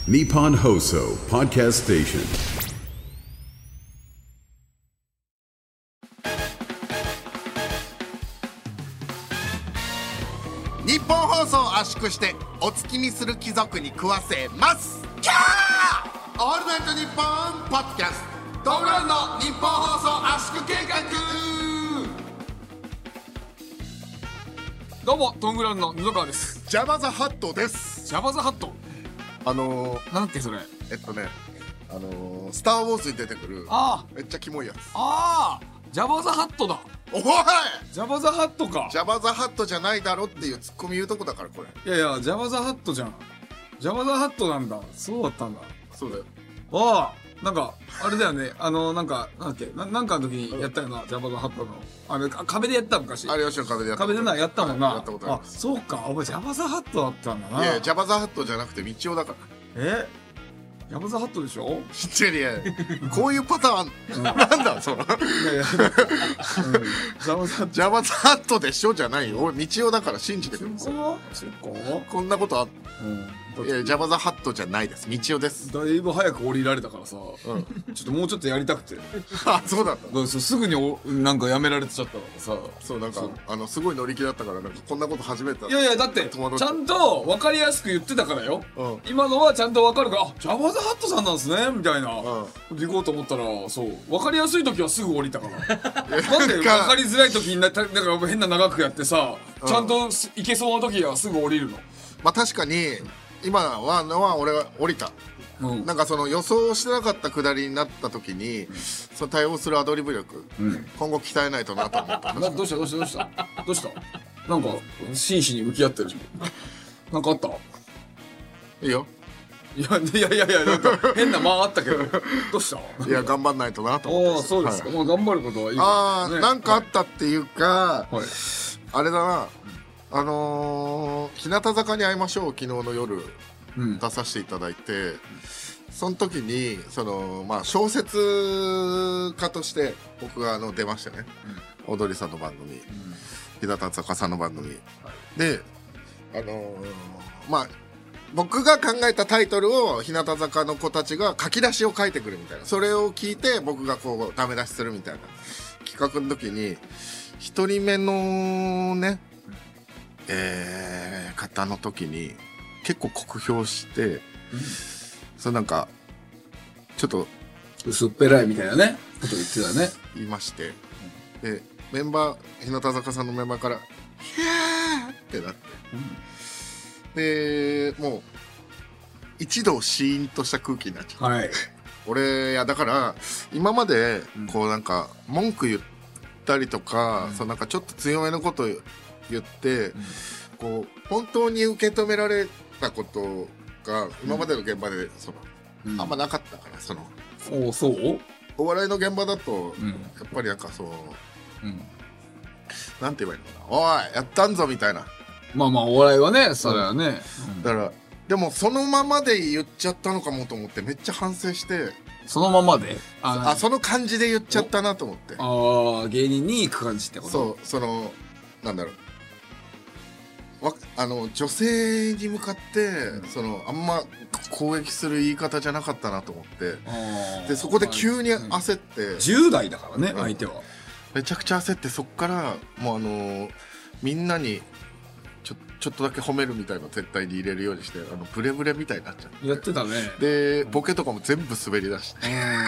Nippon Hoso Podcast Station. 日本放送を圧縮してお月見する貴族に食わせますキャーオールナイトニッポンポッドキャストトム・ブラウンの日本放送圧縮計画。 どうもトム・ブラウンの布川です。 ジャバザハットです。 ジャバザハットなんだっけそれ。 スター・ウォーズに出てくるあめっちゃキモいやつ。 ジャバザハットだ。 おいジャバザハットか。 ジャバザハットじゃないだろっていうツッコミ言うとこだからこれ。 いやいやジャバザハットじゃん。ジャバザハットなんだ。そうだったんだ。 そうだよ。 なんかあれだよね。なんかなんだっけなんかの時にやったよな。ジャバザハットの壁でやった昔。 有吉の壁でやった。 壁でやったもんな。 やったことある。 そうか。お前ジャバザハットだったんだな。 いやジャバザハットじゃなくて道夫だから。 ジャバザハットでしょ。 知ってるやこういうパターンなんだその。 いやいやジャバザハット。 ジャバザハットでしょじゃないよ。俺道夫だから信じてくれ。こんなことあっいやジャバザハットじゃないです。道夫です。 だいぶ早く降りられたからさ、ちょっともうちょっとやりたくて。 そうだった。 すぐになんかやめられてちゃったからさ。 そうなんかすごい乗り気だったからなんかこんなこと初めてだった。 いやいやだってちゃんと分かりやすく言ってたからよ。今のはちゃんと分かるからジャバザハットさんなんですねみたいな行こうと思ったらそう分かりやすい時はすぐ降りたからなんで分かりづらい時になんか変な長くやってさちゃんと行けそうな時はすぐ降りるの。 まあ確かに今は俺は降りた。なんかその予想してなかったくだりになった時にその対応するアドリブ力今後鍛えないとなと思った。 どうしたなんか真摯に向き合ってるじゃん。なんかあった？ いいよ。 いやなんか変な間あったけどどうした？ いや頑張んないとなと思って。 そうですか。もう頑張ることはいいからね。 なんかあったっていうかあれだな日向坂に会いましょう昨日の夜出させていただいて、その時に小説家として僕が出ましたね。オードリーさんの番組、日向坂さんの番組で僕が考えたタイトルを日向坂の子たちが書き出しを書いてくるみたいな、それを聞いて僕がこうダメ出しするみたいな企画の時に一人目のね方の時に結構酷評して、なんかちょっと薄っぺらいみたいなねこと言ってたね。 言いまして、でメンバー日向坂さんのメンバーから「ヒャー!」ってなって、でもう一度シーンとした空気になっちゃって、俺だから今までこうなんか文句言ったりとか、なんかちょっと強めのこと言って、こう本当に受け止められたことが今までの現場であんまなかったから、 そうお笑いの現場だとやっぱりなんかなんて言えばいいのかな、おいやったんぞみたいな。 まあお笑いはねそれはね、 だからでもそのままで言っちゃったのかもと思ってめっちゃ反省して。 そのままでその感じで言っちゃったなと思って。 芸人に行く感じってこと。 なんだろう、女性に向かってあんま攻撃する言い方じゃなかったなと思って、でそこで急に焦って、 10代だからね相手はめちゃくちゃ焦って、そっからもうみんなにちょっとだけ褒めるみたいな絶対に入れるようにしてブレブレみたいになっちゃって、 やってたね。 でボケとかも全部滑り出して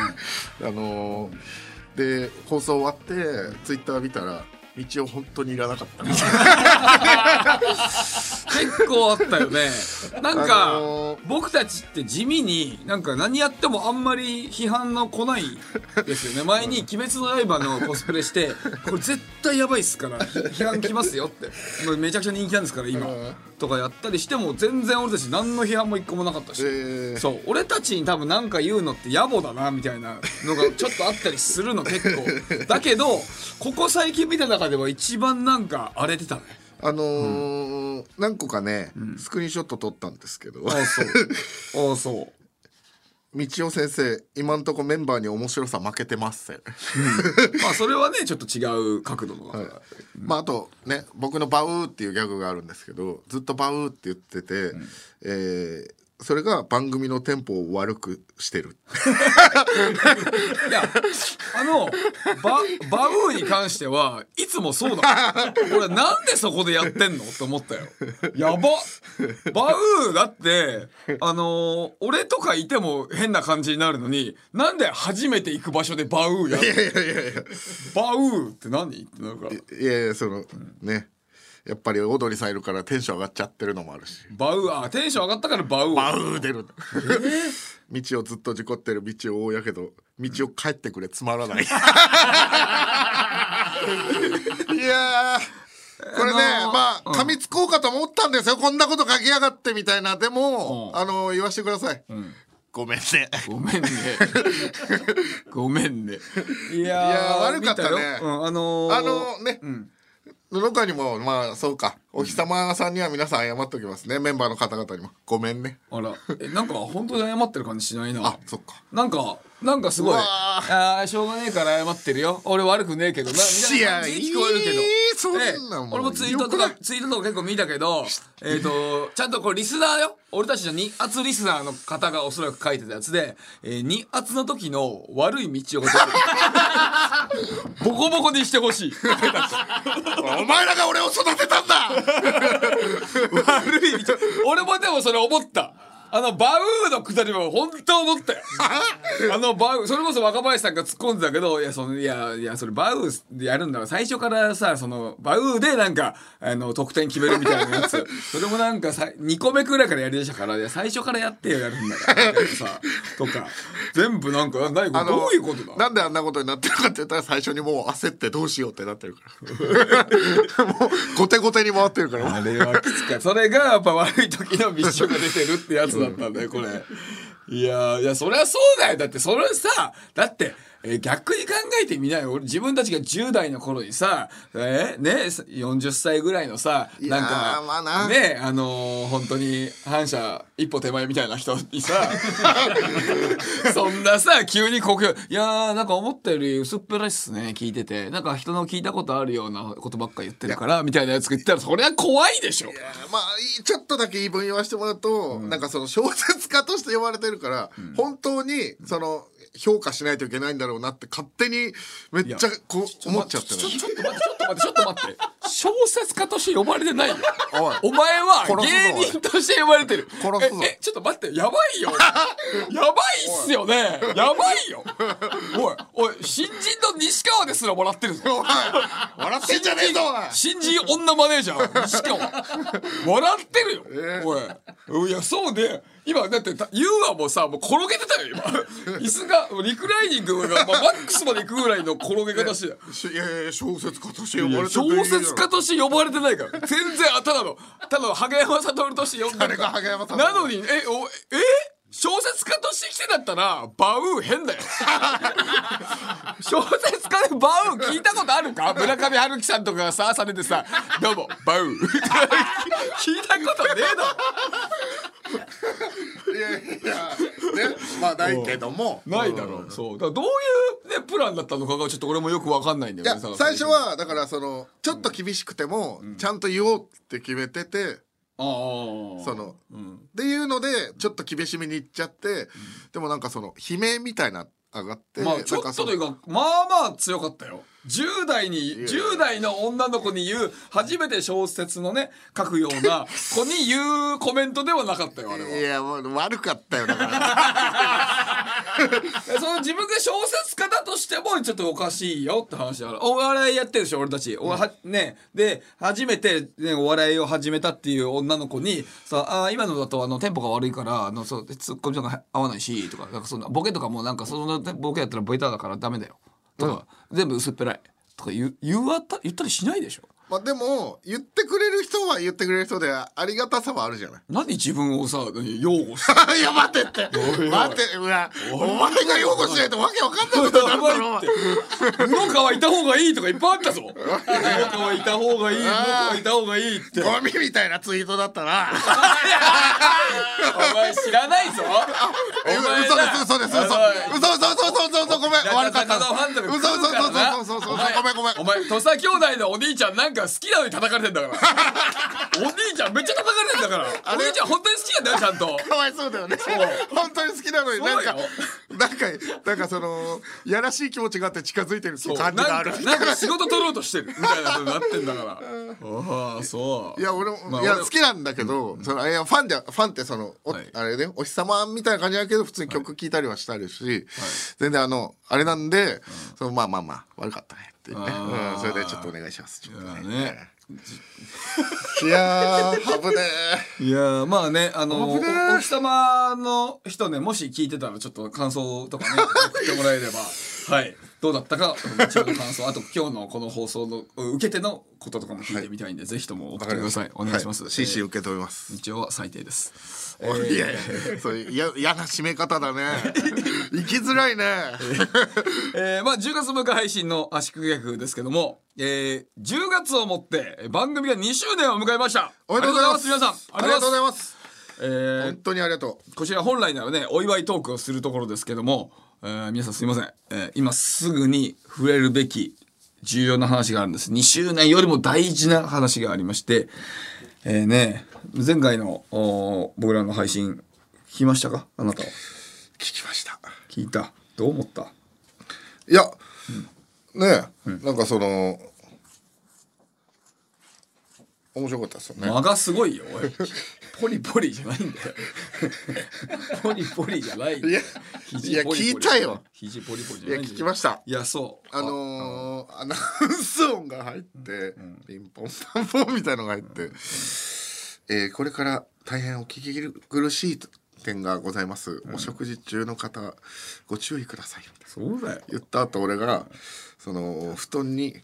で放送終わってツイッター見たら道を本当にいらなかったみたいな結構あったよね。なんか、僕たちって地味になんか何やってもあんまり批判の来ないですよね。前に鬼滅の刃のコスプレしてこれ絶対やばいっすから批判来ますよってめちゃくちゃ人気なんですから今とかやったりしても全然俺たち何の批判も一個もなかったし、そう俺たちに多分なんか言うのって野暮だなみたいなのがちょっとあったりするの結構だけどここ最近見た中では一番なんか荒れてたね。 何個かね、スクリーンショット撮ったんですけどそう道夫先生今んとこメンバーに面白さ負けてますって、 それはねちょっと違う角度のだから、 あとね僕のバウーっていうギャグがあるんですけどずっとバウーって言ってて、 それが番組のテンポを悪くしてる。 いやバウーに関してはいつもそうだ。俺なんでそこでやってんのって思ったよ。やばバウーだって俺とかいても変な感じになるのに、なんで初めて行く場所でバウーやるの。バウーって何ってなるから。 いやいやその、ねやっぱりオードリーさんいるからテンション上がっちゃってるのもあるし。 バウーテンション上がったからバウー出るんだ。道をずっと事故ってる道を追うやけど道を帰ってくれつまらない。いやこれねまあ噛みつこうかと思ったんですよ。こんなこと書きやがってみたいな。でも言わしてください。ごめんね。 ごめんね。ごめんね。いや悪かったね。ね。その他にもまあそうかお日様さんには皆さん謝っておきますね。メンバーの方々にもごめんね。 あらなんか本当に謝ってる感じしないな。 あそっかなんかすごいしょうがねえから謝ってるよ俺悪くねえけどなみたいな感じに聞こえるけどそんなもん俺もツイートとか結構見たけどちゃんとこれリスナーよ俺たちの2圧リスナーの方がおそらく書いてたやつで2圧の時の悪い道を出てるボコボコにしてほしい。 お前らが俺を育てたんだ。 悪い道俺もでもそれ思った。バウーのくだりも本当思ったよ。バウーそれこそ若林さんが突っ込んでたけどいやそれバウーでやるんだから最初からさそのバウーでなんか得点決めるみたいなやつそれもなんか2個目くらいからやりだしたから最初からやってよやるんだからさとか全部なんか何どういうことだ。 なんであんなことになってるかって言ったら最初にもう焦ってどうしようってなってるからもう後手後手に回ってるから。 あれはきつかった。それがやっぱ悪い時のミッションが出てるってやつだったんだよこれ。いやそりゃそうだよ。だってそれさだって逆に考えてみなよ。俺自分たちが10代の頃にさね40歳ぐらいのさなんかまあなね本当に反射一歩手前みたいな人にさそんなさ急にこういやなんか思ったより薄っぺらいっすね聞いててなんか人の聞いたことあるようなことばっか言ってるからみたいなやつが言ったらそれは怖いでしょ。 まあちょっとだけ言い分言わせてもらうと、なんかその小説家として呼ばれてるから、本当にその評価しないといけないんだろうなって勝手にめっちゃこう思っちゃってる。 ちょっと待って小説家として呼ばれてないよ。お前は芸人として呼ばれてる。ちょっと待ってやばいよ。やばいっすよね。やばいよ。おい新人の西川ですらもらってるぞ。 笑ってんじゃねえぞ。 新人女マネージャー西川笑ってるよ。おいいやそうで今だってユーはもうさもう転げてたよ今椅子がリクライニングが、マックスまで行くぐらいの転げ方していや小説家として呼ばれてる。 小説家として呼ばれてないから全然ただの萩山悟として呼んでるから。 萩山悟なのに小説家として来てだったらバウー変だよ。小説家でバウー聞いたことあるか。村上春樹さんとかがされてさどうもバウー聞いたことねえだろ。 いやねまあないけどもないだろう。そうだからどういうねプランだったのかがちょっと俺もよく分かんないんだよね。 最初はだからそのちょっと厳しくてもちゃんと言おうって決めててっていうのでちょっと厳しめに言っちゃって、でもなんかその悲鳴みたいな上がってちょっとというかまあ強かったよ。10代の女の子に言う初めて小説のね書くような子に言うコメントではなかったよあれは。 いやもう悪かったよだからその自分が小説家だとしてもちょっとおかしいよって話だから。お笑いやってるでしょ俺たち、ねで初めて、ね、お笑いを始めたっていう女の子にさ今のだとテンポが悪いからツッコミとか合わないしとか、なんかそんなボケとかもなんかそのボケやったらベタだからダメだよとか、全部薄っぺらいとか言ったりしないでしょ。 まあでも言ってくれる人は言ってくれる人でありがたさはあるじゃない。 何自分をさ擁護していや待ってって待ってお前が擁護しないとわけわかんないことになるだろ。 布川いた方がいいとかいっぱいあったぞ。布川いた方がいい、布川いた方がいいってゴミみたいなツイートだったな。 お前知らないぞ。 嘘ですごめん悪かった嘘ごめんお前土佐兄弟のお兄ちゃんなんか好きなのに叩かれてんだからお兄ちゃんめっちゃ叩かれてんだからお兄ちゃん本当に好きなんだよちゃんとかわいそうだよね。本当に好きなのになんかそのやらしい気持ちがあって近づいてる感じがある。 なんか仕事取ろうとしてるみたいなことになってんだからああそういや俺も、いや好きなんだけど、そのいやファンってそのあれねお日様みたいな感じだけど普通に曲聴いたりはしたりし、全然あれなんで、そのまあ悪かったねっていうね、それでちょっとお願いします。いやー危ねえ。いやまあねお日様の人ねもし聞いてたらちょっと感想とかね送ってもらえればはいどうだったか一応の感想あと今日のこの放送の受けてのこととかも聞いてみたいんで、ぜひとも送ってください。お願いします。 真摯受け止めます。 一応は最低です。 いやそういう嫌な締め方だね。生きづらいね。 まあ10月6日配信の圧縮逆ですけども、10月をもって番組が2周年を迎えました。 おめでとうございます。 皆さんありがとうございます。本当にありがとう。こちら本来ならねお祝いトークをするところですけども、皆さんすいません、今すぐに触れるべき重要な話があるんです。2周年よりも大事な話がありまして、前回の僕らの配信聞きましたか？あなたは。 聞きました。 聞いた。どう思った？ いや、ねえ、なんかその面白かったですよね。 間がすごいよ。おいポリポリじゃないんだよ。ポリポリじゃない。いや聞いたよ。 肘ポリポリじゃない。 いや聞きました。 いやそうアナウンス音が入って、ピンポンパンポンみたいのが入って、これから大変お聞き苦しい点がございます。お食事中の方ご注意ください。 そうだよ。 言った後俺がその布団に。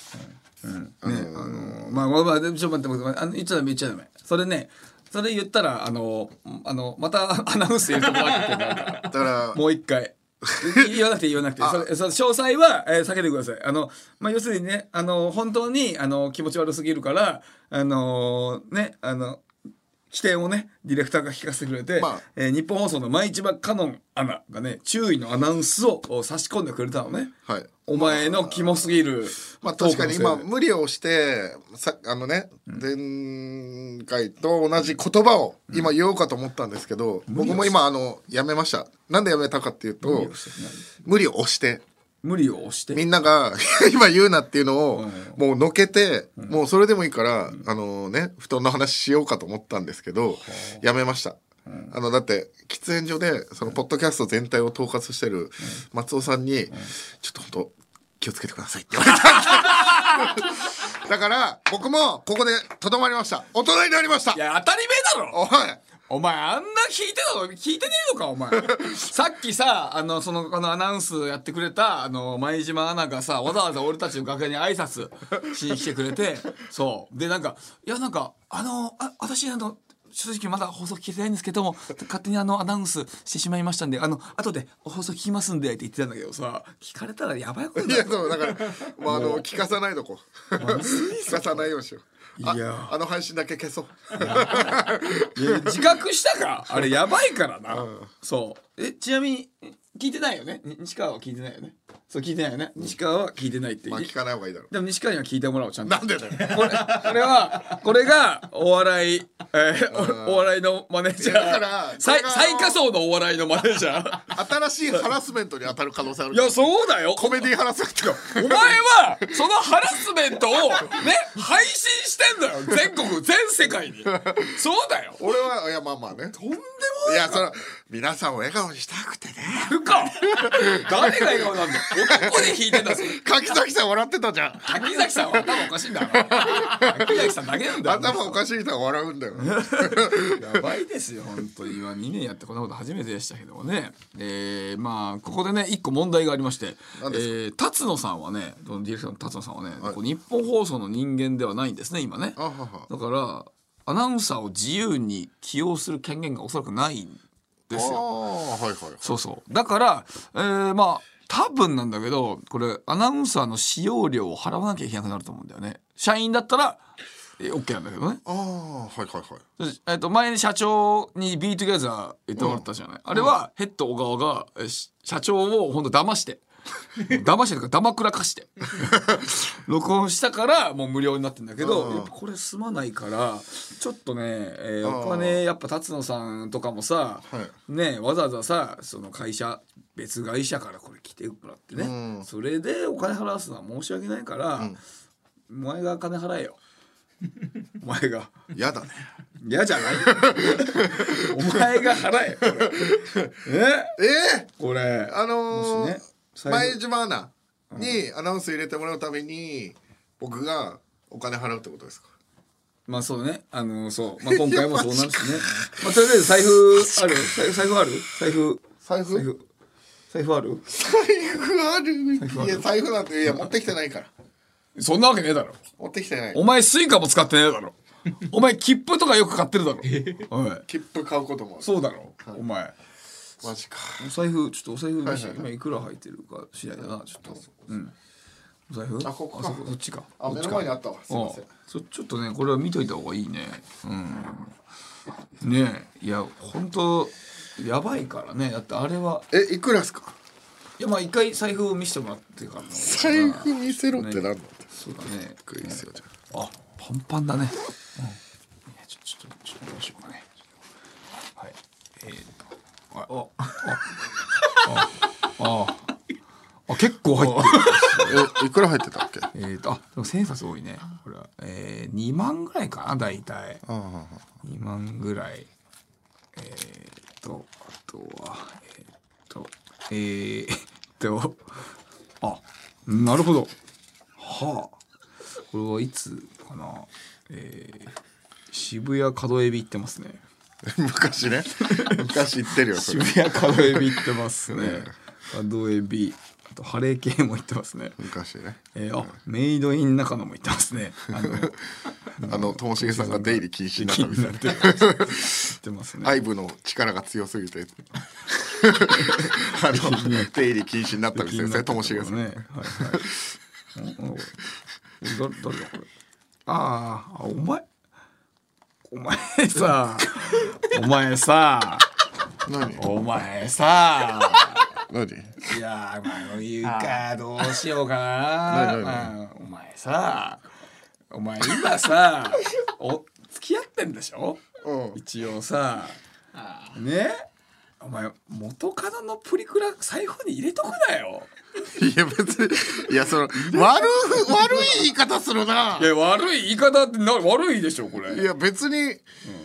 まあちょっと待って言っちゃダメそれねそれ言ったらまたアナウンス入れてもらってだからもう一回言わなくてそれ詳細は、避けてください。要するにね本当に気持ち悪すぎるから起点をねディレクターが聞かせてくれて、日本放送の毎日ばカノンアナがね注意のアナウンスを差し込んでくれたのね。はい。お前のキモすぎる。 確かに今無理をして前回と同じ言葉を今言おうかと思ったんですけど、僕も今やめました。なんでやめたかっていうと無理を押してみんなが今言うなっていうのをもうのけて、もうそれでもいいから布団の話しようかと思ったんですけどやめました。だって喫煙所でそのポッドキャスト全体を統括してる松尾さんにちょっと本当気をつけてくださいって言われた。だから僕もここでとどまりました。大人になりました。 いや当たり前だろ。お前あんな聞いてねえのかお前。さっきさこのアナウンスやってくれた前島アナがさわざわざ俺たちの楽屋に挨拶しに来てくれてそうで私正直まだ放送聞けてないんですけども勝手にアナウンスしてしまいましたんで後で放送聞きますんでって言ってたんだけどさ聞かれたらやばいことだよ。 いやそうだから聞かさないとこ聞かさないようにしよう。配信だけ消そう。 いや自覚したかあれやばいからな。そうちなみに聞いてないよね。西川は聞いてないよね。そう聞いてないよね。西川は聞いてないって聞かない方がいいだろう。 でも西川には聞いてもらおうちゃんと。 なんでだよ。 これがお笑いお笑いのマネージャー最下層のお笑いのマネージャー新しいハラスメントに当たる可能性ある。 いやそうだよ。 コメディハラスメント。お前はそのハラスメントをね配信してんだよ全国全世界に。そうだよ。 俺はいやまあね。 とんでもない。いや皆さんを笑顔にしたくてね。 誰が笑顔なんだよ。男で弾いてたぞ。 柿崎さん笑ってたじゃん。 柿崎さんは頭おかしいんだから。柿崎さんだけなんだよ。 頭おかしい人が笑うんだよ。 やばいですよ本当に。2年やってこんなこと初めてでしたけどもね。ここでね一個問題がありまして、辰野さんはねディレクターの辰野さんはね、日本放送の人間ではないんですね今ね。だからアナウンサーを自由に起用する権限がおそらくないんですよ。そうだから多分なんだけどこれアナウンサーの使用料を払わなきゃいけなくなると思うんだよね。社員だったらOK なんだけどね。前に社長にビートギャザー言ってもらったじゃない。あれはヘッド小川が社長をほんと騙して騙してとかダマくらかして録音したからもう無料になってんだけど、やっぱこれ済まないからちょっとね、お金やっぱ辰野さんとかもさ、ねわざわざさその会社別会社からこれ来てもらってね、それでお金払わすのは申し訳ないから、お前が金払えよお前が。 やだね。 嫌じゃないお前が払えこれこれね、前島アナにアナウンス入れてもらうために僕がお金払うってことですか？ まあそうね、そう、まあ、今回もそうなるしねまあとりあえず財布ある？財布ある？財布ある？ 財布ある？いや財布なんて持ってきてないから。 そんなわけねえだろ。 持ってきてない。 お前スイカも使ってねえだろお前切符とかよく買ってるだろ切符買うこともそうだろ、お前マジか。 お財布ちょっとお財布見せて今いくら入ってるか次第だなちょっとお財布ここか。 そっちか。 目の前にあったわ。すいません。 ちょっとねこれは見といた方がいいね。ねえいや本当やばいからね。だってあれはいくらですか？ いやまあ一回財布を見せてもらってからの財布見せろってなんだ。 そうだね。 いいですよじゃあパンパンだね。ちょっとどうしようかね。はい結構入ってる。いくら入ってたっけ？ でも1000冊多いね。これは2万ぐらいかな大体。2万ぐらい。あとはなるほど。はあ。これはいつかな。渋谷角エビ行ってますね。 昔ね。昔行ってるよ。 渋谷角エビ行ってますね。角エビ。あとハレー系も行ってますね。 昔ね。 メイドイン中野も行ってますね。 ともしげさんが出入り禁止になったみたいな。 行ってますね。 愛部の力が強すぎて出入り禁止になったみたいですね。ともしげさん。 誰だこれ。お前さ何？ いや言うかどうしようかな。お前今さ付き合ってんでしょ？一応さね。お前元カノのプリクラ財布に入れとくなよ。 いや別に悪い言い方するな。 いや悪い言い方って悪いでしょこれ。 いや別に、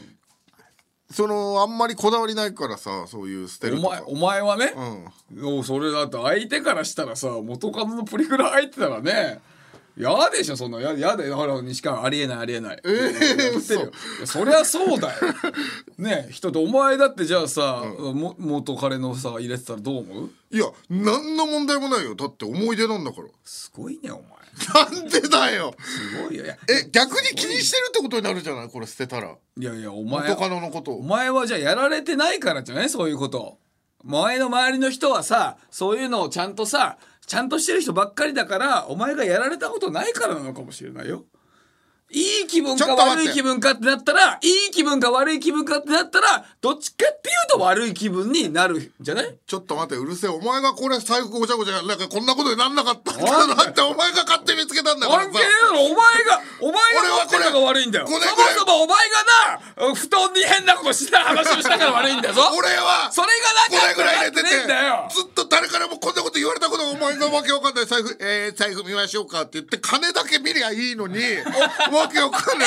あんまりこだわりないからさそういう捨てるとか。 お前はね、それだって相手からしたらさ元カノのプリクラ入ってたらねやでしょそんなやでだから西川ありえないそりゃそうだよね。人とお前だってじゃあさ、元彼のさ入れてたらどう思う？ いや何の問題もないよ。だって思い出なんだから。 すごいねお前。 なんでだよ。 すごいよ。 逆に気にしてるってことになるじゃないこれ捨てたら。 いやお前元カノのことお前はじゃあやられてないからじゃないそういうこと。前の周りの人はさそういうのをちゃんとしてる人ばっかりだからお前がやられたことないからなのかもしれないよ。いい気分か悪い気分かってなったらいい気分か悪い気分かってなったらどっちかっていうと悪い気分になるんじゃない？ ちょっと待ってうるせえ。お前がこれ財布ごちゃごちゃなんかこんなことになんなかったんだってお前が勝手に見つけたんだからさ。 関係ねえだろ。お前が持ってるのが悪いんだよ。そもそもお前がな布団に変なことした話をしたから悪いんだよ。 俺はそれがなかったら入れててずっと誰からもこんなこと言われたことがお前がわけわかんない財布見ましょうかって言って金だけ見りゃいいのにわけわかんない。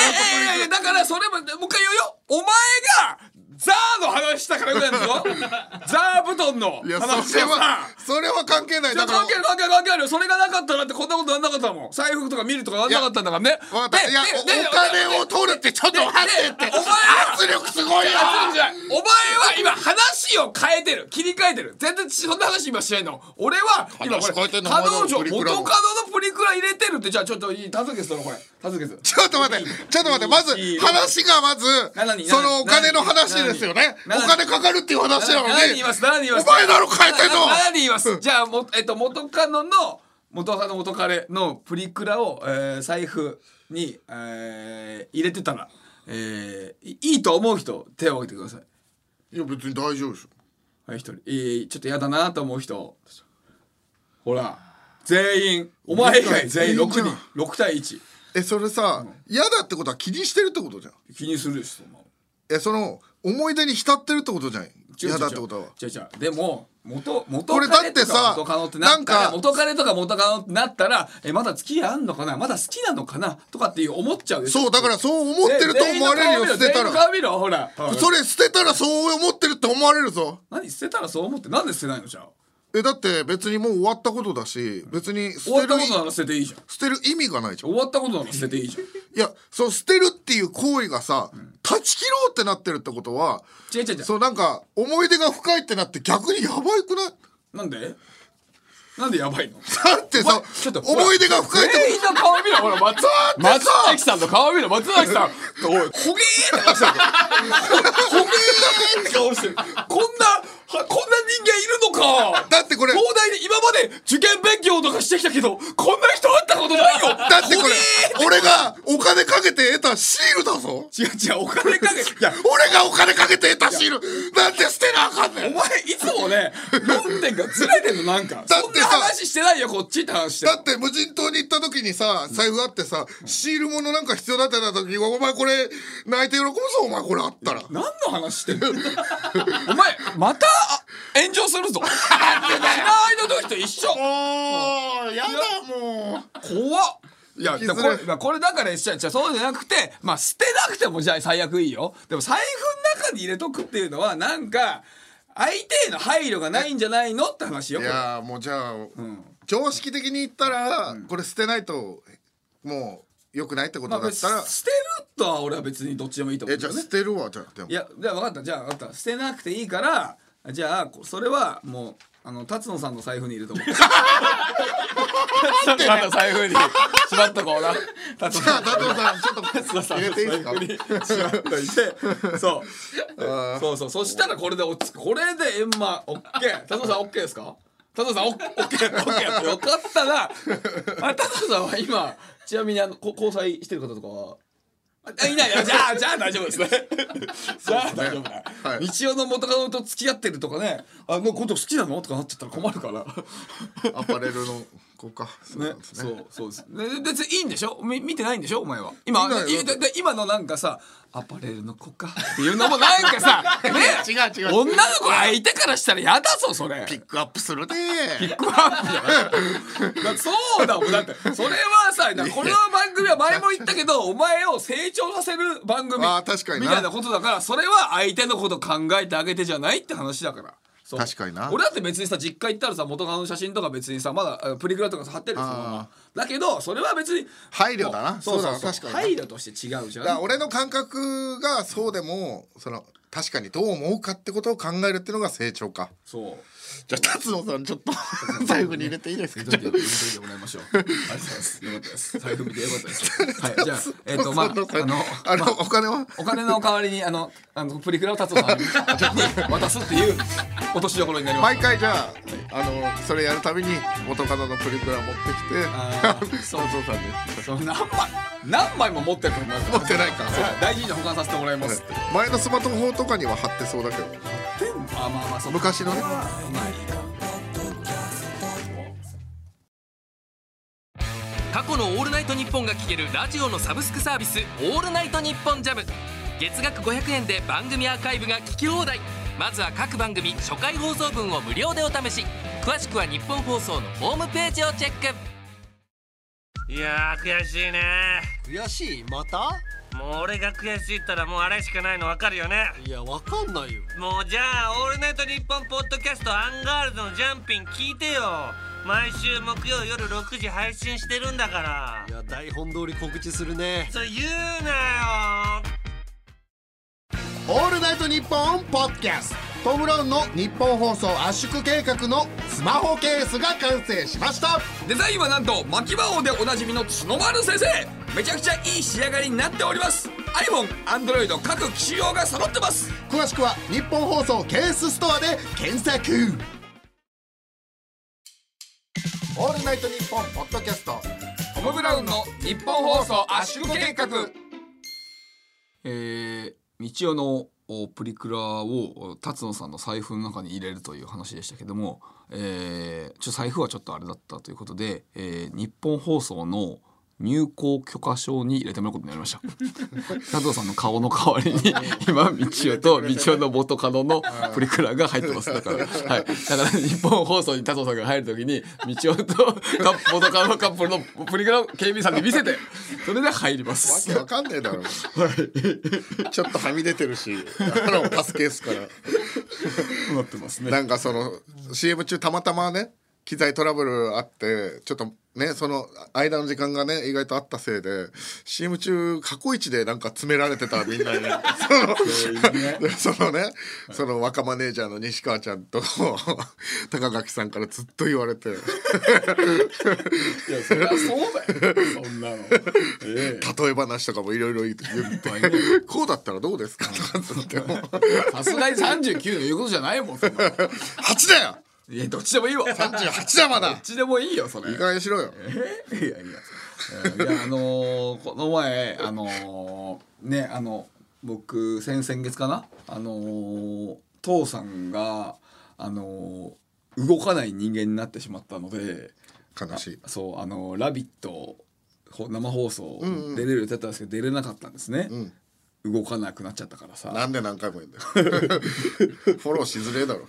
だからそれももう一回言うよ。お前がザーの話したからぐらいだぞザー布団の話をさ。 それは関係ない。だから関係あるよ。それがなかったらってこんなことなんなかったもん。財布とか見るとかなんなかったんだからね。 お金を取るってちょっと待ってって。圧力すごいよ。 お前は今話を変えてる切り替えてる。全然そんな話今しないの。俺は今これ元カノのプリクラ入れてるって。じゃあちょっといいタズケスだろこれ。タズケスちょっと待ってまず話がそのお金の話ですよね。お金かかるっていう話なのに何言います。お前だろ変えてんの。 何言います。じゃあ元カノの元彼のプリクラを財布に入れてたらいいと思う人手を挙げてください。 いや別に大丈夫でしょ。 はい一人ちょっと嫌だなと思う人。 ほら全員お前以外全員6人6対1。 それさ、嫌だってことは気にしてるってことじゃん。 気にするし、 その思い出に浸ってるってことじゃん。嫌だってことは。 でも元これだ彼とってさか元カノってなったら、元彼とか元カノってなったら、まだ付き合いあんのかな、まだ好きなのかなとかっていう思っちゃうでしょ。 そうだからそう思ってると思われるよ。捨てたら顔見ろほら、 それ捨てたらそう思ってるって思われるぞ。 何捨てたらそう思って、なんで捨てないのじゃあ。 だって別にもう終わったことだし、別に終わったことなら捨てていいじゃん。 捨てる意味がないじゃん。 終わったことなら捨てていいじゃん。 いや、そう捨てるっていう行為がさ、断ち切ろうってなってるってことは、そうなんか思い出が深いってなって逆にやばくない？ なんでやばいの？ だってさ、思い出が深いって全員の顔見ろ、ほら松崎さんの顔見ろ、松崎さんおい、ほげーって顔してる。ほげーって顔してる。こんな人間いるのか。 だってこれ東大で今まで受験勉強とかしてきたけど、こんな人会ったことないよ。 だってこれ俺がお金かけて得たシールだぞ。 違うお金かけて、いや俺がお金かけて得たシールなんて捨てなあかんねん。 お前いつもね論点がずれてんの。なんかそんな話してないよ、こっちって話してる。 だって無人島に行った時にさ、財布あってさ、シールものなんか必要だってなった時、お前これ泣いて喜ぶぞ、お前これあったら。 何の話してんのお前また炎上するぞ。嫌いの時と一緒。 もうやだ、もう怖っ。いやこれだから一緒や。そうじゃなくて、捨てなくてもじゃあ最悪いいよ。でも財布の中に入れとくっていうのはなんか相手への配慮がないんじゃないのって話よ。 いやもうじゃあ、常識的に言ったら、これ捨てないともう良くないってことだったら、 捨てるとは俺は別にどっちでもいいと思う。 じゃあ捨てるわ。じゃあでもいや分かった。じゃあ分かった。捨てなくていいから、じゃあそれはもう辰野さんの財布に入れとこう。辰野さんの財布にしまっとこうな。 辰野さんちょっと辰野さんの財布にしまっといて、そうそしたらこれで落ち着く。これで閻魔オッケー。辰野さんオッケーですか？辰野さんオッケーよかったな。辰野さんは今ちなみに交際してる方とかはいない。じゃあ大丈夫ですね。じゃあ大丈夫だ。道夫の元カノと付き合ってるとかね、もう今度好きなのとかなっちゃったら困るから。 アパレルの子か。 ね、そうです。別にいいんでしょ？見てないんでしょお前は。今のなんかさ、アパレルの子かっていうのもなんかさ、ね、 違う。 女の子相手からしたらやだぞそれ。 ピックアップするね。 ピックアップじゃない。そうだもん。だってそれはさ、この番組は前も言ったけど、お前を成長させる番組みたいなことだから、それは相手のこと考えてあげてじゃないって話だから。 確かにな。 俺だって別にさ、実家行ったらさ、元カノの写真とか別にさ、まだプリクラとか貼ってるんですよ。だけどそれは別に配慮だな。そうだ、確かに配慮として違うじゃん。 だから俺の感覚がそうでも、確かにどう思うかってことを考えるっていうのが成長か。そう。じゃあ辰野さんちょっと財布に入れていいですか？ 入れといてもらいましょう。ありがとうございます。よかったです。財布見てよかったです。はい。じゃあお金は？ お金の代わりにプリクラを辰野さんに渡すっていう落としどころになります。 毎回じゃあそれやるたびに元カノのプリクラ持ってきて、 そうそう何枚も持ってると思います。 持ってないか。 大事に保管させてもらいます。 前のスマートフォンとかには貼ってそうだけど。昔のね。 過去のオールナイトニッポンが聴けるラジオのサブスクサービス、オールナイトニッポンジャム。月額500円で番組アーカイブが聞き放題。まずは各番組初回放送分を無料でお試し。詳しくは日本放送のホームページをチェック。 いやー悔しいね。 悔しい？また？ もう俺が悔しいったらもうあれしかないの分かるよね。 いや分かんないよ。 もうじゃあオールナイトニッポンポッドキャストアンガールズのジャンピン聞いてよ。毎週木曜夜6時配信してるんだから。 いや台本通り告知するね。 それ言うなよ。 オールナイトニッポンポッドキャスト、トム・ブラウンの日本放送圧縮計画のスマホケースが完成しました。 デザインはなんと牧場王でおなじみの角丸先生。めちゃくちゃいい仕上がりになっております。 iPhone、Android 各機種用が揃ってます。 詳しくは日本放送ケースストアで検索。オールナイトニッポンポッドキャスト、 トム・ブラウンの日本放送圧縮計画。道夫のプリクラを辰野さんの財布の中に入れるという話でしたけども、財布はちょっとあれだったということで、日本放送の入校許可証に入れてもらうことになりました佐藤さんの顔の代わりに今道夫と道夫の元カノのプリクラが入ってますだから、はい、だから日本放送に佐藤さんが入るときに道夫と元カノのカップルのプリクラを警備員さんに見せてそれで入りますわけわかんねえだろ、はい、ちょっとはみ出てるしパスケースからなってますね。 なんかその CM 中たまたまね機材トラブルあってちょっとねその間の時間がね意外とあったせいで CM 中過去一でなんか詰められてたみんなにそのねその若マネージャーの西川ちゃんと高垣さんからずっと言われていやそりゃそうだよそんなの、 例え話とかもいろいろ言ってこうだったらどうですかとかってさすがに39の言うことじゃないもんそんな 8だよいやどっちでもいいわ 38だまだどっちでもいいよそれいい加減しろよいやこの前ね僕先々月かな父さんが動かない人間になってしまったので悲しいそうラビット生放送出れる予定だったんですけど、出れなかったんですね、動かなくなっちゃったからさなんで何回も言うんだよフォローしづれえだろ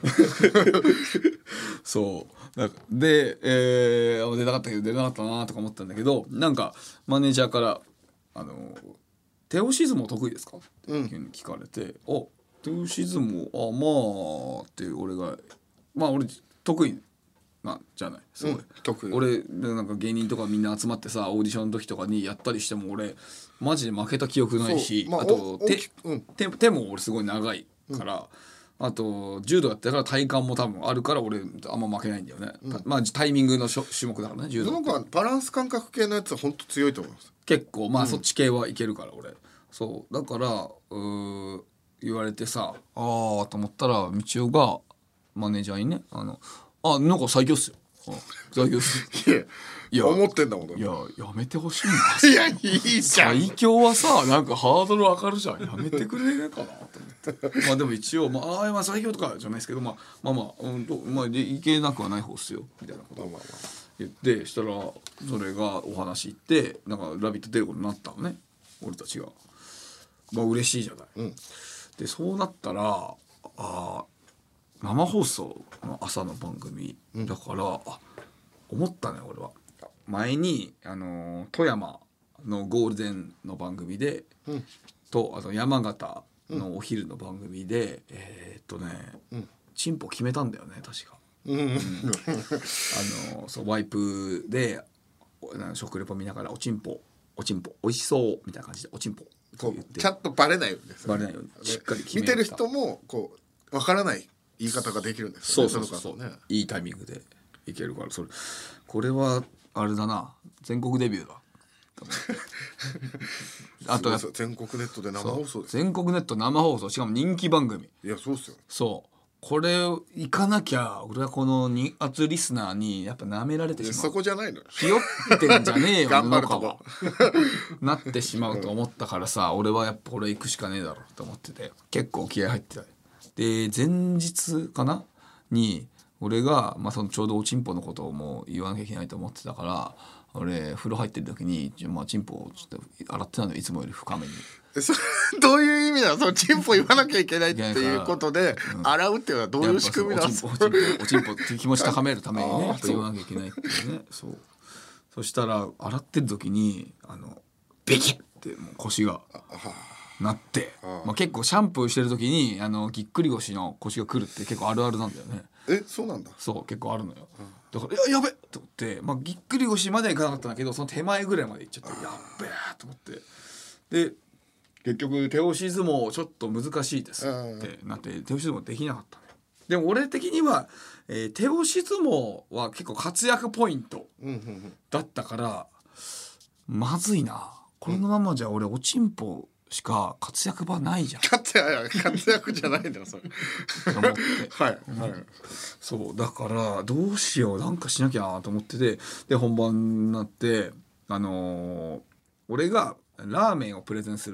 そうで、出なかったけど出れなかったなとか思ったんだけどなんかマネージャーから手押し相撲得意ですか?」っていうふうに聞かれて「あ手押し相撲まあ」って俺が俺得意なんじゃないすごい、 得意俺なんか芸人とかみんな集まってさオーディションの時とかにやったりしても俺マジで負けた記憶ないし、あと手も俺すごい長いから、あと柔道やってたから体幹も多分あるから俺あんま負けないんだよね、タイミングの種目だからね柔道なんかバランス感覚系のやつは本当強いと思います結構そっち系はいけるから俺そうだから言われてさと思ったら道夫がマネージャーにねなんか最強っすよ最強っすいや思ってんだもんいややめてほしいないやいいじゃん最強はさなんかハードル上がるじゃんやめてくれねえかなと思ってでも一応最強とかじゃないですけどいけなくはない方っすよみたいなことを言ってしたらそれがお話行ってなんか「ラビット!」出ることになったのね俺たちが嬉しいじゃない、でそうなったら生放送の朝の番組だから、思ったね俺は前に富山のゴールデンの番組で、とあと山形のお昼の番組で、チンポ決めたんだよね確か、そうワイプで食レポ見ながらおちんぽおいしそうみたいな感じでおちんぽちゃんとバレないようにですバレないようにしっかり決め見てる人もこう分からない言い方ができるんですよね。そうね、いいタイミングでいけるからこれはあれだな全国デビューだあと全国ネットで生放送です全国ネット生放送しかも人気番組いやそうっすよそうこれ行かなきゃ俺はこの2圧リスナーにやっぱ舐められてしまうそこじゃないのひよってんじゃねえよ頑張るとこなってしまうと思ったからさ俺はやっぱこれ行くしかねえだろうと思ってて結構気合入ってたで前日かなに俺が、そのちょうどおちんぽのことをもう言わなきゃいけないと思ってたから俺風呂入ってる時にチンポをちょっと洗ってたのいつもより深めにどういう意味なのそのチンポ言わなきゃいけないっていうことで、洗うっていうのはどういう仕組みなのおちんぽって気持ち高めるためにね言わなきゃいけないっていうねそしたら洗ってる時にベキッってもう腰がなって結構シャンプーしてる時にぎっくり腰の腰が来るって結構あるあるなんだよねそうなんだそう結構あるのよ、だからやべっと思って、ぎっくり腰まではいかなかったんだけどその手前ぐらいまで行っちゃってやっべえと思ってで結局手押し相撲ちょっと難しいですってなって手押し相撲できなかったねでも俺的には、手押し相撲は結構活躍ポイントだったからまずいなこのままじゃ俺おちんぽしか活躍場ないじゃん活躍じゃないんだよそれと思ってはいそうだからどうしようなんかしなきゃなと思っててで本番になって俺がラーメンをプレゼンする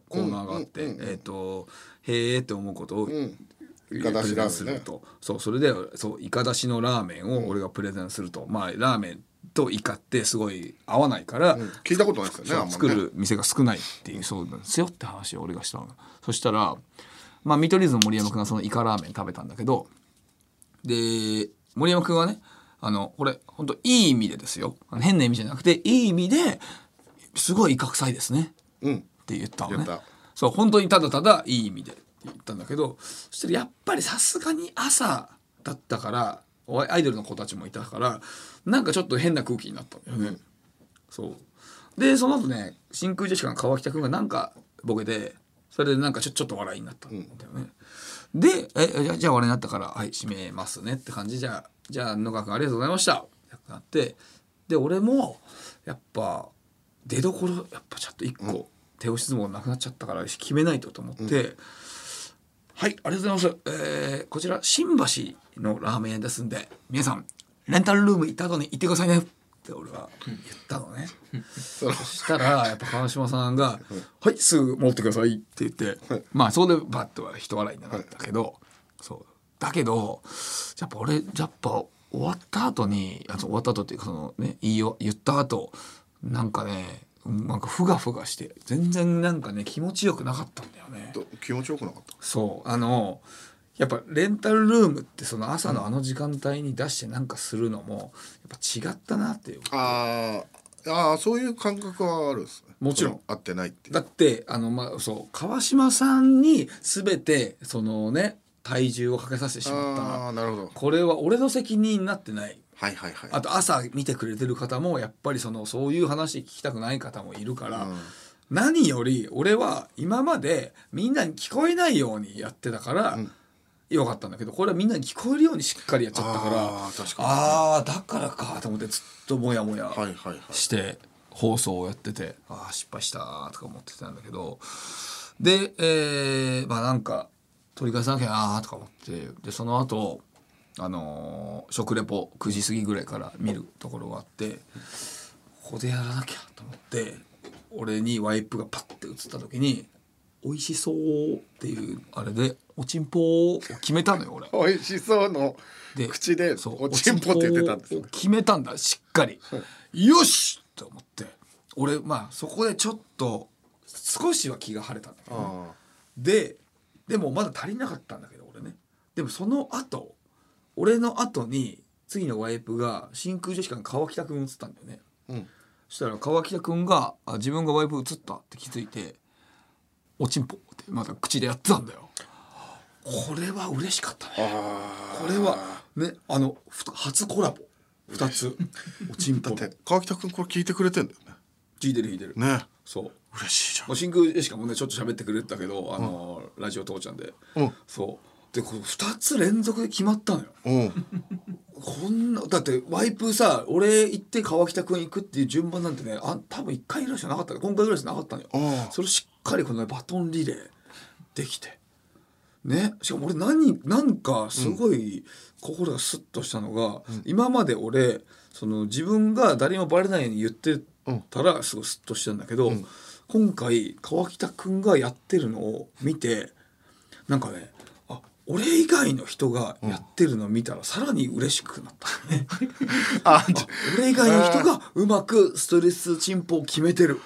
コーナーがあって、へーって思うことをイカだしラーメンねすると、それでイカだしのラーメンを俺がプレゼンすると、まあラーメンとイカってすごい合わないから、 聞いたことないですよねあんまりね作る店が少ないっていう、そうなんですよって話を俺がしたの。そしたらまあ見取り図の森山君がそのイカラーメン食べたんだけど、で森山君はねこれ本当いい意味でですよ、変な意味じゃなくていい意味ですごいイカ臭いですねって言ったのね。そう本当にただただいい意味でって言ったんだけど、そしたらやっぱりさすがに朝だったからアイドルの子たちもいたからなんかちょっと変な空気になったんだよね。そうでその後ね真空ジェシカの川北くんがなんかボケて、それでなんかちょっと笑いになったんだよね。でじゃあ笑いになったからはい閉めますねって感じ。じゃあ野川君ありがとうございましたってなって、で俺もやっぱ出どころやっぱちょっと一個、手押し相撲なくなっちゃったから決めないとと思って、はいありがとうございます、こちら新橋のラーメン屋ですんで皆さんレンタルルーム行った後に行ってくださいねって俺は言ったのね。そしたらやっぱ川島さんが「はいすぐ戻ってください」って言って、まあそこでバッとは人笑いになったけど、そうだけどやっぱ俺終わった後に終わった後っていうかそのね言った後なんかねなんかふがふがして全然なんかね気持ちよくなかったんだよね。 気持ちよくなかった。 そうやっぱレンタルルームってその朝の時間帯に出してなんかするのもやっぱ違ったなっていう。 あそういう感覚はあるんですね。 もちろん合ってないっていう。 だってそう川島さんに全てそのね体重をかけさせてしまったな。 なるほど。 これは俺の責任になってない。 はいはいはい。 あと朝見てくれてる方もやっぱりそういう話聞きたくない方もいるから、何より俺は今までみんなに聞こえないようにやってたから、よかったんだけどこれはみんなに聞こえるようにしっかりやっちゃったから確かにだからかと思ってずっとモヤモヤして放送をやってて失敗したとか思ってたんだけど、で、まあなんか取り返さなきゃなとか思ってでその後食レポ9時過ぎぐらいから見るところがあってここでやらなきゃと思って俺にワイプがパッて映った時に美味しそうっていうあれでおちんぽを決めたのよ俺。 美味しそうの口でおちんぽって言ってたんですよ。 決めたんだしっかり、よしと思って俺まあそこでちょっと少しは気が晴れたんだけど、でもまだ足りなかったんだけど俺ね。でもその後俺の後に次のワイプが真空ジェシカの川北くん映ったんだよね。そしたら川北くんが自分がワイプ映ったって気づいておちんぽってまた口でやってたんだよ。これは嬉しかったね。これはね初コラボ2つおちんぽだって川北くんこれ聞いてくれてんだよね。 聞いてるね。 そう嬉しいじゃん。 真空ジェシカもねちょっと喋ってくれてたけどラジオ父ちゃんで、そうでこれ2つ連続で決まったのよ。こんなだってワイプさ俺行って川北くん行くっていう順番なんてね多分1回ぐらいしかなかった今回ぐらいしかなかったのよ。それしっかりこの、バトンリレーできてね。しかも俺なんかすごい心がスッとしたのが、今まで俺自分が誰にもバレないように言ってたらすごいスッとしたんだけど、今回川北くんがやってるのを見てなんかね俺以外の人がやってるのを見たらさらに嬉しくなったね。俺以外の人がうまくストレスチンポを決めてる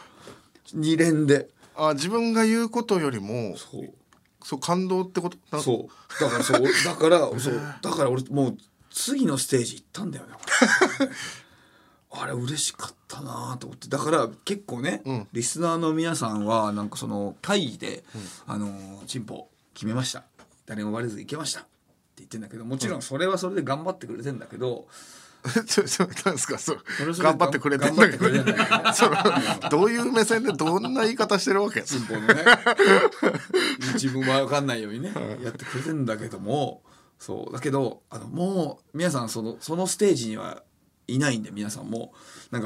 2連で。 自分が言うことよりもそう感動ってことそうだから俺もう次のステージ行ったんだよね。あれ嬉しかったなと思って。だから結構ね、リスナーの皆さんはなんか会議で、チンポ決めました誰もバレず行けましたって言ってんだけど、もちろんそれはそれで頑張ってくれてんだけど、 なんですか頑張ってくれてんだけど、どういう目線でどんな言い方してるわけ？ チンポのね自分は分かんないようにねやってくれてんだけども、そうだけどもう皆さんそのステージにはいないんで、皆さんもなんか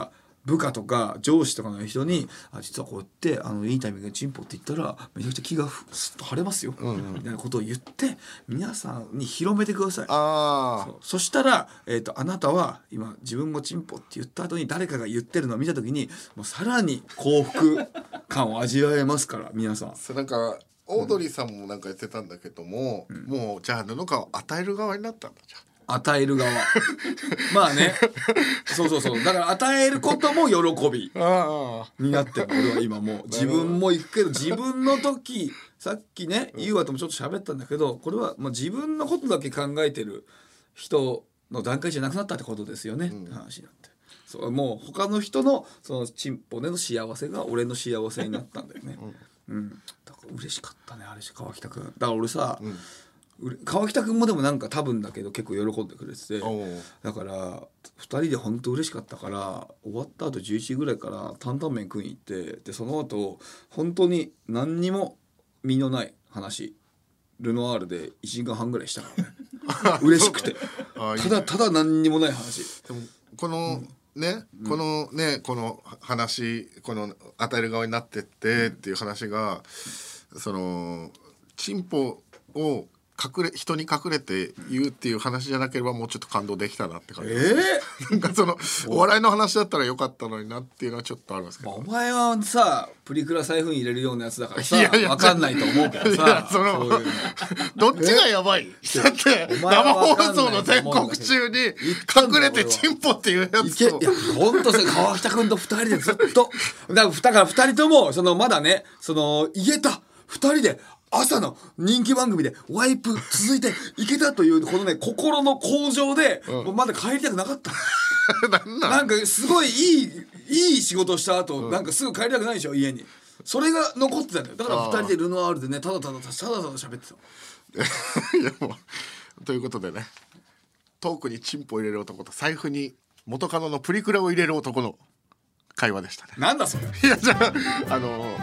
部下とか上司とかの人に実はこうやっていいタイミングでチンポって言ったらめちゃくちゃ気がスッと晴れますよ、みたいなことを言って皆さんに広めてください。そしたら、あなたは今自分もチンポって言った後に誰かが言ってるのを見た時にもうさらに幸福感を味わえますから皆さん。 そうなんかオードリーさんもなんか言ってたんだけども、もうじゃあ布川を与える側になったんだじゃん。 与える側まあねそうだから与えることも喜びになってる俺は今もう自分も行くけど自分の時さっきね優和ともちょっと喋ったんだけどこれはまあ自分のことだけ考えてる人の段階じゃなくなったってことですよね、話になって。そうもう他の人のそのチンポでの幸せが俺の幸せになったんだよね、だから嬉しかったねあれ川北くん。だから俺さ、川北くんもでもなんか多分だけど結構喜んでくれててだから2人で本当嬉しかったから終わった後11時ぐらいから担々麺食いに行ってでその後本当に何にも身のない話ルノワールで1時間半ぐらいしたからね嬉しくてただ何にもない話。 でもこのこの話この与える側になってってっていう話がそのチンポを人に隠れて言うっていう話じゃなければもうちょっと感動できたなって感じ、なんかそのお笑いの話だったらよかったのになっていうのはちょっとあるんですけど、 お前はさプリクラ財布に入れるようなやつだからさ分かんないと思うけどさそういうのどっちがやばいだって生放送の全国中に隠れてチンポっていうやつと本当さ川北君と2人でずっとだから2人ともそのまだねその言えた2人で朝の人気番組でワイプ続いていけたというこのね心の向上で、もうまだ帰りたくなかったなんかすごいいい仕事した後、なんかすぐ帰りたくないでしょ家に。それが残ってたんだよ。だから2人でルノワールでねただ喋ってたいやもうということでねトークにチンポ入れる男と財布に元カノのプリクラを入れる男の会話でしたね。 なんだそれ。 いやじゃあ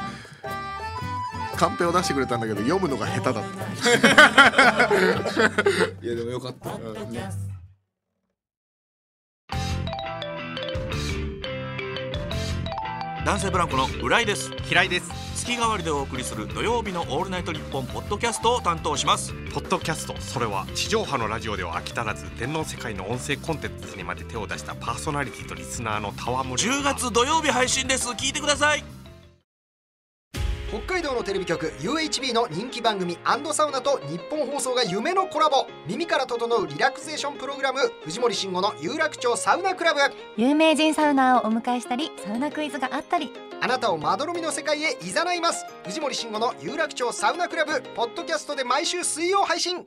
カンペを出してくれたんだけど読むのが下手だったいやでもよかった、 男性ブランコの浦井です。 平井です。 月替わりでお送りする土曜日のオールナイトニッポンポッドキャストを担当します。 ポッドキャスト、それは地上波のラジオでは飽き足らず電脳世界の音声コンテンツにまで手を出したパーソナリティとリスナーの戯れ。 10月土曜日配信です。聞いてください。 北海道のテレビ局 UHB の人気番組&サウナと日本放送が夢のコラボ。耳から整うリラクゼーションプログラム、藤森慎吾の有楽町サウナクラブ。 有名人サウナーをお迎えしたりサウナクイズがあったり、 あなたをまどろみの世界へ誘います。藤森慎吾の有楽町サウナクラブポッドキャストで毎週水曜配信。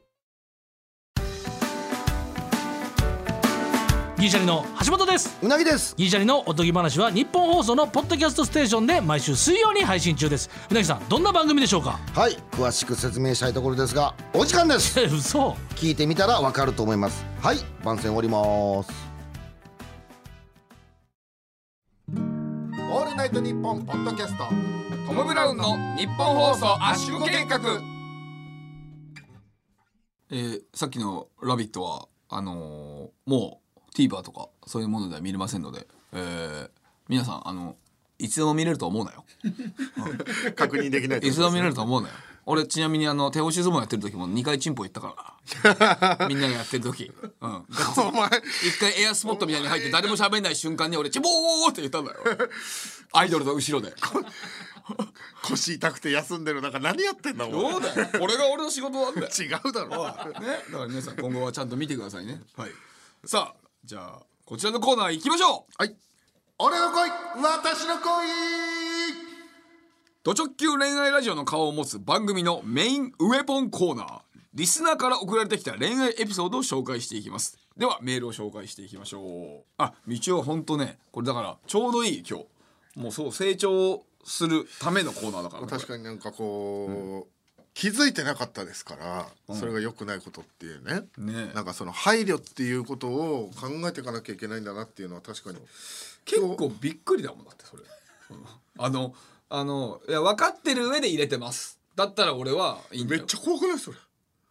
ギリシャリの橋本です。 うなぎです。 ギリシャリのおとぎ話は日本放送のポッドキャストステーションで毎週水曜に配信中です。うなぎさん、どんな番組でしょうか？ はい、詳しく説明したいところですがお時間です。 嘘。 聞いてみたらわかると思います。はい、番宣終わります。 オールナイトニッポンポッドキャストトム・ブラウンの日本放送圧縮計画。さっきの「ラビット!」はもうTVer とかそういうものでは見れませんので、皆さんいつでも見れると思うなよ確認できないといつでも見れると思うなよ。俺ちなみに手押し相撲やってる時も2回チンポ行ったからみんながやってる時、 お前一回エアスポットみたいに入って誰も喋んない瞬間に俺チボーって言ったんだよアイドルの後ろで腰痛くて休んでる中何やってんだお前。 そうだよ、これが俺の仕事なんだよ違うだろね、だから皆さん今後はちゃんと見てくださいね。はい、さあじゃあこちらのコーナー行きましょう。 はい、俺の恋私の恋。 ド直球恋愛ラジオの顔を持つ番組のメインウェポンコーナー、リスナーから送られてきた恋愛エピソードを紹介していきます。ではメールを紹介していきましょう。道はほんとね、これだからちょうどいい今日もうそう成長するためのコーナーだから、ね、 確かになんかこう、気づいてなかったですから、それが良くないことっていうね、なんかその配慮っていうことを考えていかなきゃいけないんだなっていうのは確かに結構びっくりだもんだってそれいや分かってる上で入れてますだったら俺はいいんだよ。 めっちゃ怖くないそれ。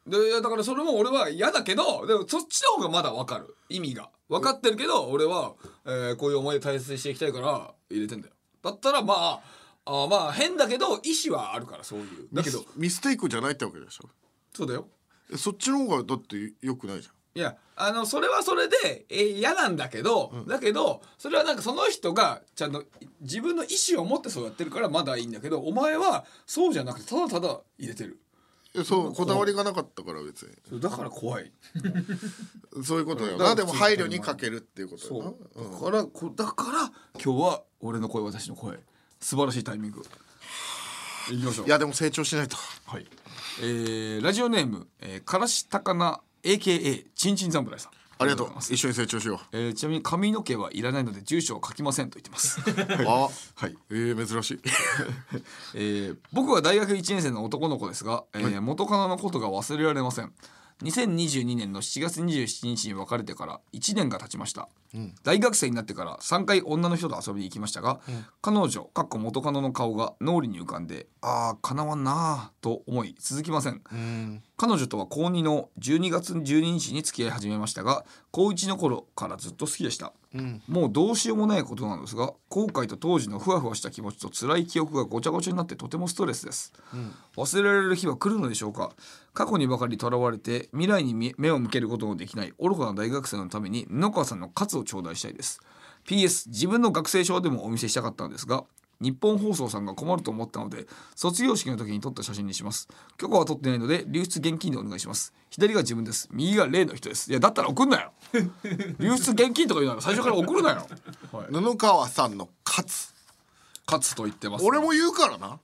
でだからそれも俺は嫌だけど、でもそっちの方がまだ分かる、意味が分かってるけど、俺は、こういう思い出大切にしていきたいから入れてんだよ。だったらまあ変だけど意思はあるから、そういう。だけどミステイクじゃないってわけでしょ。 そうだよ。 そっちの方がだって良くないじゃん。 いやそれはそれで嫌なんだけど、だけどそれはなんかその人がちゃんと自分の意思を持ってそうやってるからまだいいんだけど、お前はそうじゃなくてただただ入れてる。 そうこだわりがなかったから別に。 だから怖い。 そういうことだよな。でも配慮にかけるっていうことだよな。 だから今日は俺の声、私の声、素晴らしいタイミング。いきましょう。 いやでも成長しないと。 はい。ラジオネームからしたかな AKA ちんちん侍さん。 ありがとう。一緒に成長しよう。ちなみに髪の毛はいらないので住所を書きませんと言ってます。 あ、はい。珍しい。僕は大学1年生の男の子ですが、元カノのことが忘れられません。2022年の7月27日に別れてから1年が経ちました、大学生になってから3回女の人と遊びに行きましたが、彼女元カノの顔が脳裏に浮かんで、叶わんなと思い続きません。彼女とは高2の12月12日に付き合い始めましたが、高1の頃からずっと好きでした、もうどうしようもないことなのですが、後悔と当時のふわふわした気持ちと辛い記憶がごちゃごちゃになってとてもストレスです、忘れられる日は来るのでしょうか。過去にばかりとらわれて未来に目を向けることのできない愚かな大学生のために布川さんの喝を頂戴したいです。 PS 自分の学生証でもお見せしたかったのですが、日本放送さんが困ると思ったので卒業式の時に撮った写真にします。許可は取ってないので流出現金でお願いします。左が自分です、右が例の人です。いやだったら送んなよ流出現金とか言うなら最初から送るなよ、 はい、布川さんの喝と言ってます、ね、 俺も言うからな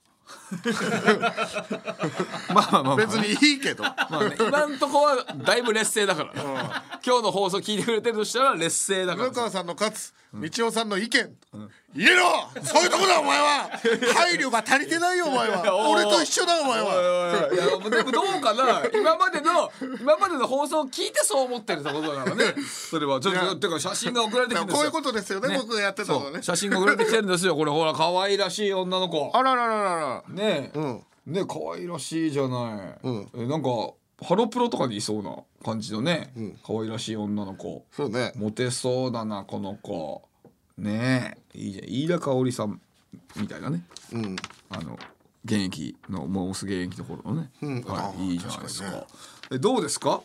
まあ別にいいけど、 今んとこはだいぶ劣勢だから、今日の放送聞いてくれてるとしたら劣勢だから。 布川さんの勝道夫さんの意見、言えろ、そういうとこだお前は配慮が足りてないよお前は俺と一緒だお前は。 いやでもどうかな、今までの放送を聞いてそう思ってるってことだからね。それはちょっとてか写真が送られてきてるんですよ。 こういうことですよね、僕がやってたのね。 写真が送られてきてるんですよ。これほら可愛らしい女の子。 あららららねえ、ね可愛らしいじゃない。なんかハロプロとかにいそうな感じのね、可愛らしい女の子。 そうね。 モテそうだなこの子。ねえ、いいじゃん。飯田香織さんみたいなね。現役のモース現役の頃のね。いいじゃないですか。どうですか？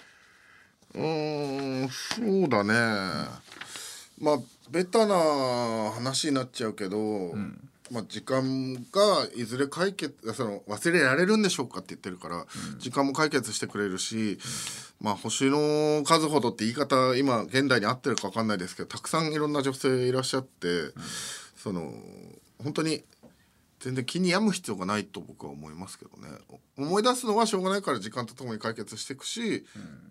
そうだね。まあベタな話になっちゃうけど。時間がいずれ解決、忘れられるんでしょうかって言ってるから、時間も解決してくれるし、星の数ほどって言い方今現代に合ってるか分かんないですけど、たくさんいろんな女性いらっしゃって、本当に全然気に病む必要がないと僕は思いますけどね。思い出すのはしょうがないから時間とともに解決していくし、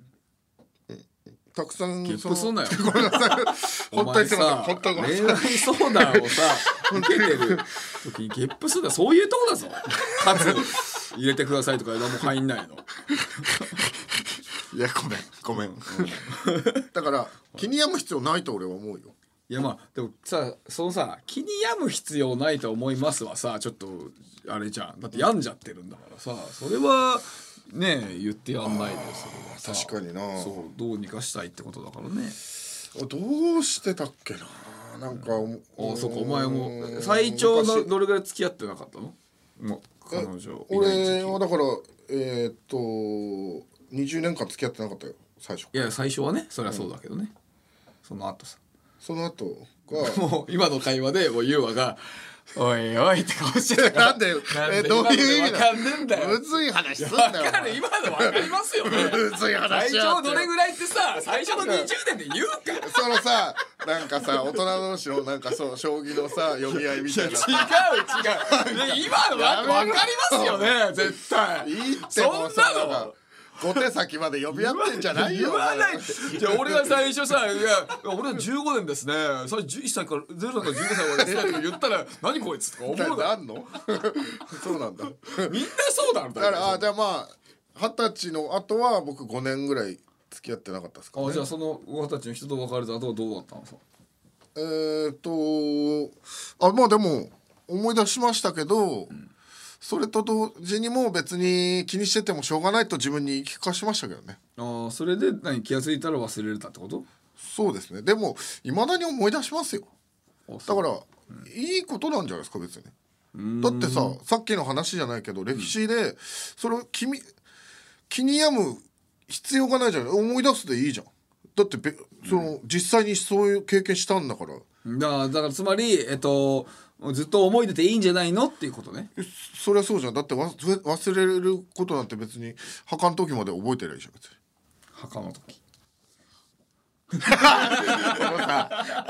たくさんゲップすんなよ。 ごめんなさい。本当にすいません。本当にごめんなさい。 恋愛相談をさ受けてる時にゲップすんな、そういうとこだぞ。数入れてくださいとか何も入んないの。 いやごめん。だから気に病む必要ないと俺は思うよ。 いやでもさ、気に病む必要ないと思いますはさ、ちょっとあれじゃん。だって病んじゃってるんだからさ、それはねえ言ってやんないですよ。 確かにな。 そうどうにかしたいってことだからね。 どうしてたっけな。なんかそうか、お前も最長のどれぐらい付き合ってなかったの？彼女。 俺はだから20年間付き合ってなかったよ最初。 いや最初はね、そりゃそうだけどね。その後がもう今の会話でもうユーワがおいおいって顔してた。 なんでどういう意味だ。 むずい話すんだよ。 分かる、今の分かりますよね。 むずい話。 最長どれぐらいってさ、最初の20年で言うか。 そのさ、なんかさ、大人同士のなんか将棋のさ読み合いみたいな。 違う。今の分かりますよね、絶対。 いいってもうさ、5手先まで呼び合ってんじゃないよ。 言わないって。じゃあ俺が最初さ、いや俺は15年ですね。最初11歳から0歳から15歳までですねと言ったら何こいつとか思うの。あんの？そうなんだ。 みんなそうだろ。 だからじゃあ20歳の後は僕5年ぐらい付き合ってなかったですかね。 じゃあその20歳の人と別れた後はどうだったのさ。 でも思い出しましたけど、 それと同時にも別に気にしててもしょうがないと自分に言い聞かしましたけどね。 ああ、それで気が付いたら忘れれたってこと？ そうですね。でもいまだに思い出しますよ。だから、いいことなんじゃないですか別に。だってさっきの話じゃないけど歴史でそれを気に病む必要がないじゃない。思い出すでいいじゃん。だって実際にそういう経験したんだから。 だからつまりずっと思い出ていいんじゃないのっていうことね。 そりゃそうじゃん。だって忘れることなんて別に墓の時まで覚えてりゃいいじゃん別に。 墓の時このさ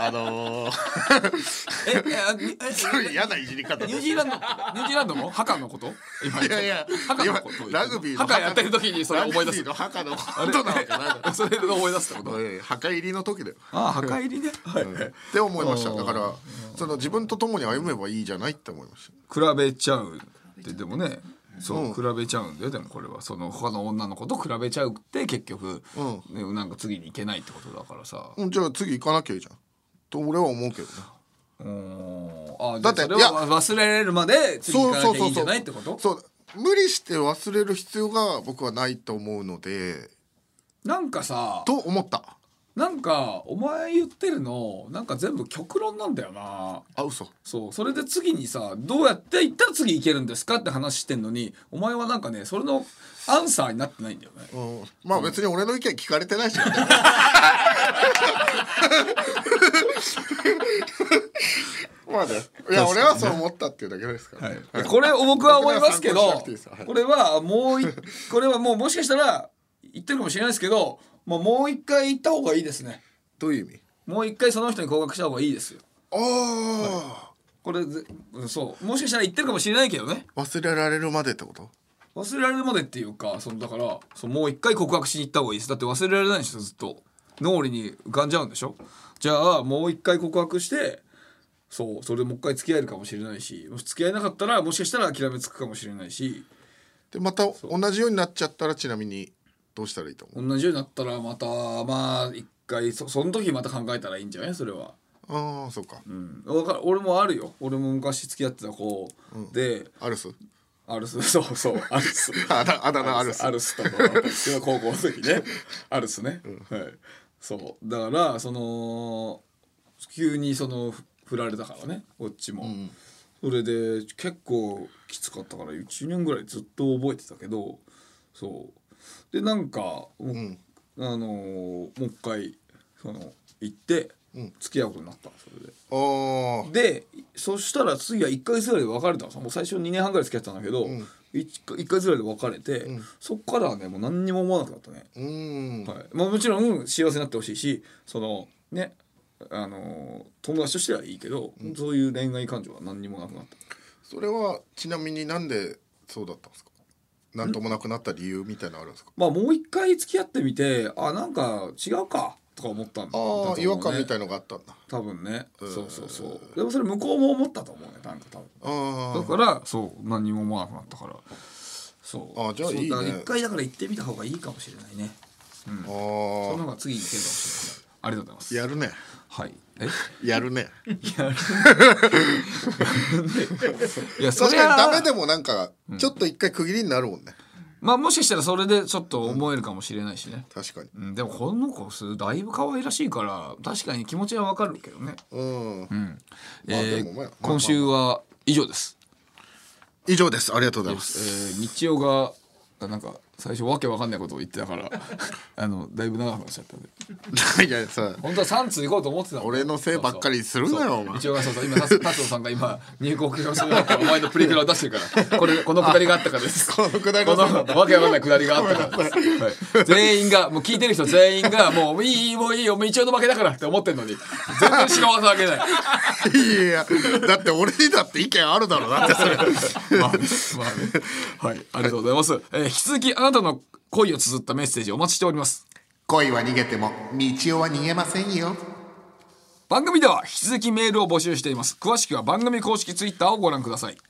嫌ないじり方。 ニュージーランドの墓のこと？ いや墓のこと。 ラグビーの墓やってる時にそれ思い出す。 墓のことなわけない。 それで思い出すってこと？ 墓入りの時だよ。 墓入りね。 って思いました。だからその自分と共に歩めばいいじゃないって思いました。 比べちゃうってでもね。そう比べちゃうんだよ。でもこれはその他の女の子と比べちゃうって結局、なんか次に行けないってことだからさ。 じゃあ次行かなきゃいいじゃんと俺は思うけどね。だってそれは忘れられるまで次行かなきゃいいんじゃないってこと？ そう無理して忘れる必要が僕はないと思うので。 なんかさと思った。 なんかお前言ってるのなんか全部極論なんだよな。 あ、嘘。 そうそれで次にさどうやって行ったら次行けるんですかって話してんのにお前はなんかねそれのアンサーになってないんだよね。 まあ別に俺の意見聞かれてないしね。まあね、いや俺はそう思ったっていうだけですから、ね。 これを僕は思いますけど、これはもうもしかしたら言ってるかもしれないですけど。もう一回行った方がいいですね。 どういう意味？ もう一回その人に告白した方がいいですよ。これそうもしかしたら言ってるかもしれないけどね。 忘れられるまでってこと？ 忘れられるまでっていうかだからもう一回告白しに行った方がいいです。だって忘れられないんですよ。ずっと脳裏に浮かんじゃうんでしょ。じゃあもう一回告白してそれでもう一回付き合えるかもしれないし、もし付き合えなかったらもしかしたら諦めつくかもしれないし。 でまた同じようになっちゃったらちなみにどうしたらいいと思う？ 同じようになったらまた一回その時また考えたらいいんじゃない？それは。 ああそうか。 俺もあるよ。俺も昔付き合ってた子で、 アルスそうアルスあだ名アルスとか高校の時ねアルスね、そうだから急に振られたからねこっちも、それで結構きつかったから1年ぐらいずっと覚えてたけどでなんかもう一回行って付き合うことになった。それでそしたら次は1ヶ月ぐらいで別れたのさ。もう最初2年半ぐらい付き合ってたんだけど、1ヶ月ぐらいで別れて、そっからはねもう何にも思わなくなったね。もちろん幸せになってほしいしね友達としてはいいけど、そういう恋愛感情は何にもなくなった。 それはちなみになんでそうだったんですか？なんともなくなった理由みたいなのあるんですか？ もう一回付き合ってみてなんか違うかとか思ったんだ。 違和感みたいのがあったんだ多分ね。そうでもそれ向こうも思ったと思うね。なんか多分だから何にも思わなくなったからじゃあいいね。 一回だから行ってみた方がいいかもしれないね。その方が次行けるかもしれない。ありがとうございます。 やるね。 はいやるね。 いや確かにダメでもなんかちょっと一回区切りになるもんね。 もしかしたらそれでちょっと思えるかもしれないしね。 確かに。 でもこの子だいぶ可愛らしいから確かに気持ちはわかるけどね。今週は以上です。 以上です。ありがとうございます。 日曜がなんか最初わけわかんないことを言ってたからだいぶ長くなっちゃったんで。 いやさ本当は3通行こうと思ってた。 俺のせいばっかりするなよお前。 一応今達夫さんが今入国する中お前のプリクラを出してるからこのくだりがあったからです。 このくだりわけわかんないくだりがあったからです。全員がもう聞いてる人全員がもういいよ一応の負けだからって思ってんのに全然白技あげない。 いやだって俺にだって意見あるだろうなってそれ。 はい、ありがとうございます。引き続きあなたの恋を綴ったメッセージお待ちしております。 恋は逃げても道夫は逃げませんよ。 番組では引き続きメールを募集しています。詳しくは番組公式ツイッターをご覧ください。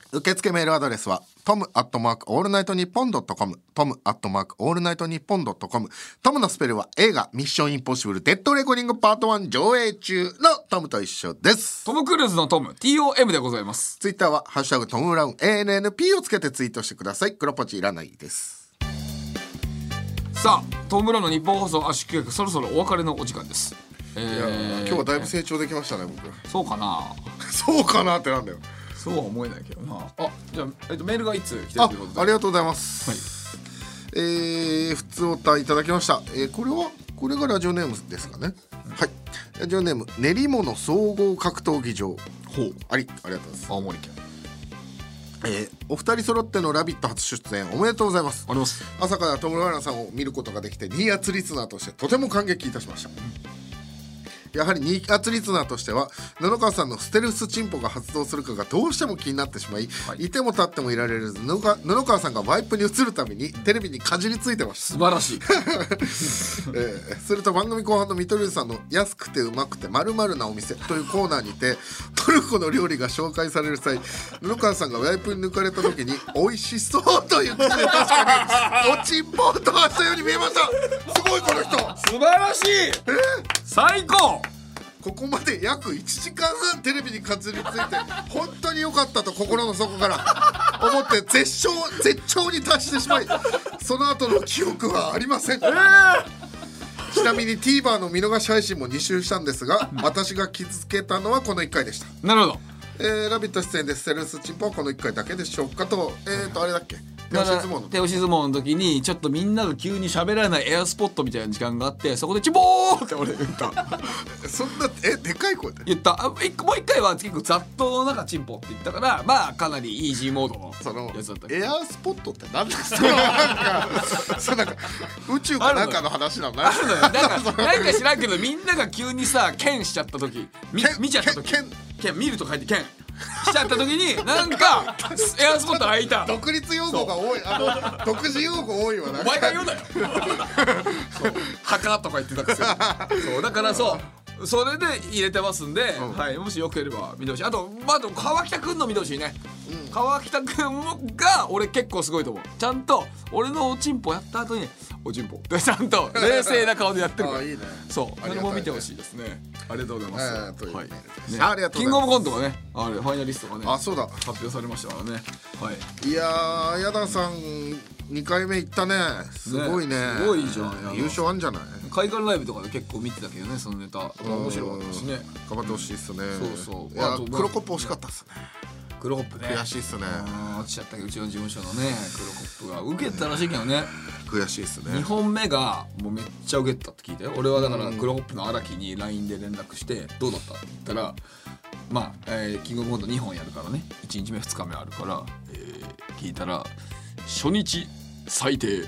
受付メールアドレスはトムアットマークオールナイトニッポンドットコム、トムアットマークオールナイトニッポンドットコム。トムのスペルは映画ミッションインポッシブルデッドレコーディングパート1上映中のトムと一緒です。 トムクルーズのトム TOM でございます。 ツイッターはハッシュタグトムブラウン ANNP をつけてツイートしてください。黒ポチいらないです。 さあトムブラウンの日本放送圧縮計画、そろそろお別れのお時間です。 今日はだいぶ成長できましたね僕。 そうかなそうかなってなんだよ。 そうは思えないけどな。じゃあ、メールがいつ来てるということで。 ありがとうございます、はい。普通おたいただきました。これがラジオネームですかね、はい。ラジオネーム練り物総合格闘技場。ありがとうございます。 青森県。 お二人揃ってのラビット初出演おめでとうございます。 あります。 朝からトム・ライナーさんを見ることができてニーアツリスナーとしてとても感激いたしました。やはりニーアツリスナーとしては布川さんのステルスチンポが発動するかがどうしても気になってしまい、いても立ってもいられず布川さんがワイプに映るたびにテレビにかじりついてました。 素晴らしい。 すると番組後半の見取り図さんの安くてうまくて〇〇なお店というコーナーにてトルコの料理が紹介される際、布川さんがワイプに抜かれた時に美味しそうと言って確かにおちんぽとはしたように見えました。すごいこの人。 素晴らしい。最高。 ここまで約1時間半テレビにかじりついて本当に良かったと心の底から思って絶頂に達してしまい、その後の記憶はありません。ちなみに TVer の見逃し配信も2週したんですが、私が気づけたのはこの1回でした。 なるほど。 ラビット出演でステルスチンポはこの1回だけでしょうかと。あれだっけ、手押し相撲の時にちょっとみんなが急に喋らないエアスポットみたいな時間があって、そこでチボーって俺言った。 そんなでかい声で言った。もう一回は結構雑踏の中チンポって言ったから、まあかなりイージーモードのやつだった。 エアスポットって何ですか。なんか宇宙かなんかの話なの。 あるのよ。なんか知らんけどみんなが急にさ剣しちゃった時、見ちゃった時、剣見ると書いて剣しちゃった時になんかエアスポット開いた。 独立用語が多い。独自用語多いわ。 お前が言うなよ。墓とか言ってたんですよ。そうだからそれで入れてますんで、はい、もしよければ見てほしい。あと川北くんの見てほしいね。川北くんが俺結構すごいと思う。ちゃんと俺のおちんぽやった後におちんぽってちゃんと冷静な顔でやってるから。いいね。そうそれも見てほしいですね。ありがとうございます。 ありがとうございます。 キングオブコントがね、あれファイナリストがね、 そうだ発表されましたからね。はい。 いやー、矢田さん2回目行ったね。すごいね。 すごいじゃん。 優勝あんじゃない。 海外ライブとかで結構見てたけどね、そのネタ面白かったしね。 頑張ってほしいっすね。 そう。 いや黒コップ惜しかったっすね。 黒コップね。 悔しいっすね。 落ちちゃったけどうちの事務所のね黒コップが受けたらしいけどね。 悔しいっすね。 2本目がもうめっちゃ受けたって聞いたよ。俺はだから黒コップの荒木に LINE で連絡してどうだったって言ったら、まあキングオブコント2本やるからね、1日目2日目あるから、聞いたら初日最低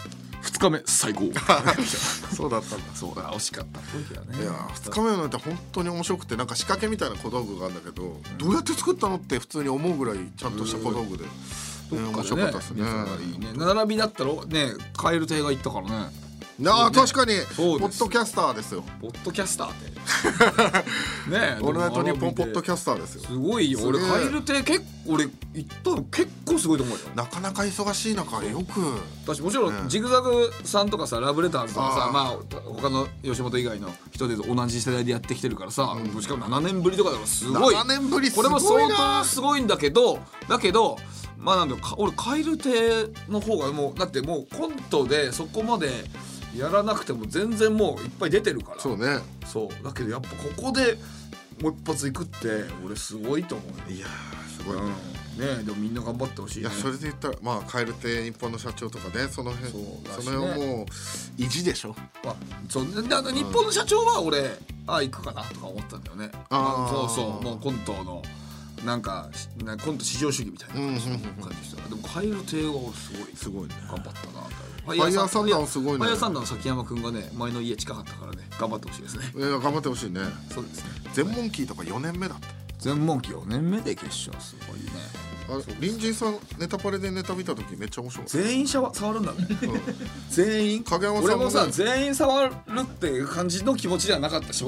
2日目最高。 そうだったんだ。 そうだ、惜しかった時はね。 いや2日目のネタ本当に面白くて、なんか仕掛けみたいな小道具があるんだけど、どうやって作ったのって普通に思うぐらいちゃんとした小道具で面白かったですね。 並びだったらね、カエル亭が行ったからね。 確かにポッドキャスターですよ。 ポッドキャスターってねオールナイトニッポンポッドキャスターですよ。 すごいよ。俺カエル亭俺行ったの結構すごいと思うよ。 なかなか忙しい中よく。 私もちろんジグザグさんとかさ、ラブレターズとかさ、まあ他の吉本以外の人で同じ世代でやってきてるからさ、しかも7年ぶりとかだからすごい。 7年ぶりこれも相当すごいんだけど、まあなんだよ、俺カエル亭の方がもうだってもうコントでそこまでやらなくても全然もういっぱい出てるから。 そうね。 そうだけどやっぱここでもう一発いくって俺すごいと思う。 いやすごいね。 でもみんな頑張ってほしいね。 いやそれで言ったらまあカエル亭日本の社長とかね、その辺をもう意地でしょ。 そう日本の社長は俺行くかなとか思ったんだよね。そうもうコントのなんかコント至上主義みたいな感じでした。でもカエル亭はすごいね、頑張ったな。ファイヤーサンダーもすごいね。ファイヤーサンダーの崎山くんがね、前の家近かったからね、頑張ってほしいですね。 頑張ってほしいね。 そうですね。 全問キーとか4年目だった。 全問キー4年目で決勝、すごいね。 隣人さんネタパレでネタ見た時めっちゃ面白い。 全員触るんだね。全員。 影山さん俺もさ全員触るっていう感じの気持ちではなかった、正直。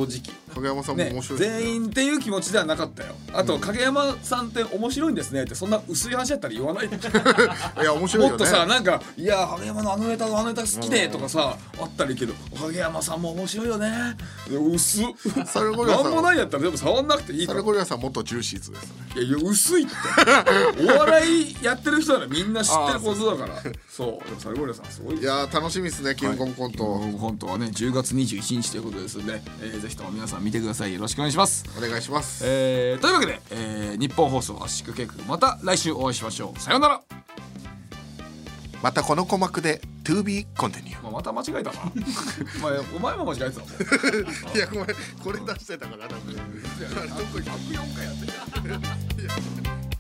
影山さんも面白いですね。 全員っていう気持ちではなかったよ。あと影山さんって面白いんですねってそんな薄い話やったら言わないでいや面白いよね。 もっとさなんかいや影山のあのネタとあのネタ好きでとかさあったらいいけど影山さんも面白いよね薄っサルゴリラさんなんもないやったらでも触んなくていいから。 サルゴリラさん元ジューシーズですね。 いや薄いってお笑いやってる人ならみんな知ってることだからそうでもサルゴリラさんすごいです。 いや楽しみですねキングコングコント。 コントはね10月21日ということですので、ぜひとも皆さん見てください。よろしくお願いします。 お願いします。 というわけで、日本放送圧縮計画また来週お会いしましょう。さようなら。 またこの鼓膜で To be continue。 また間違えたなお前も間違えてたもんいやごめんこれ出してたからなんか特に104回やってる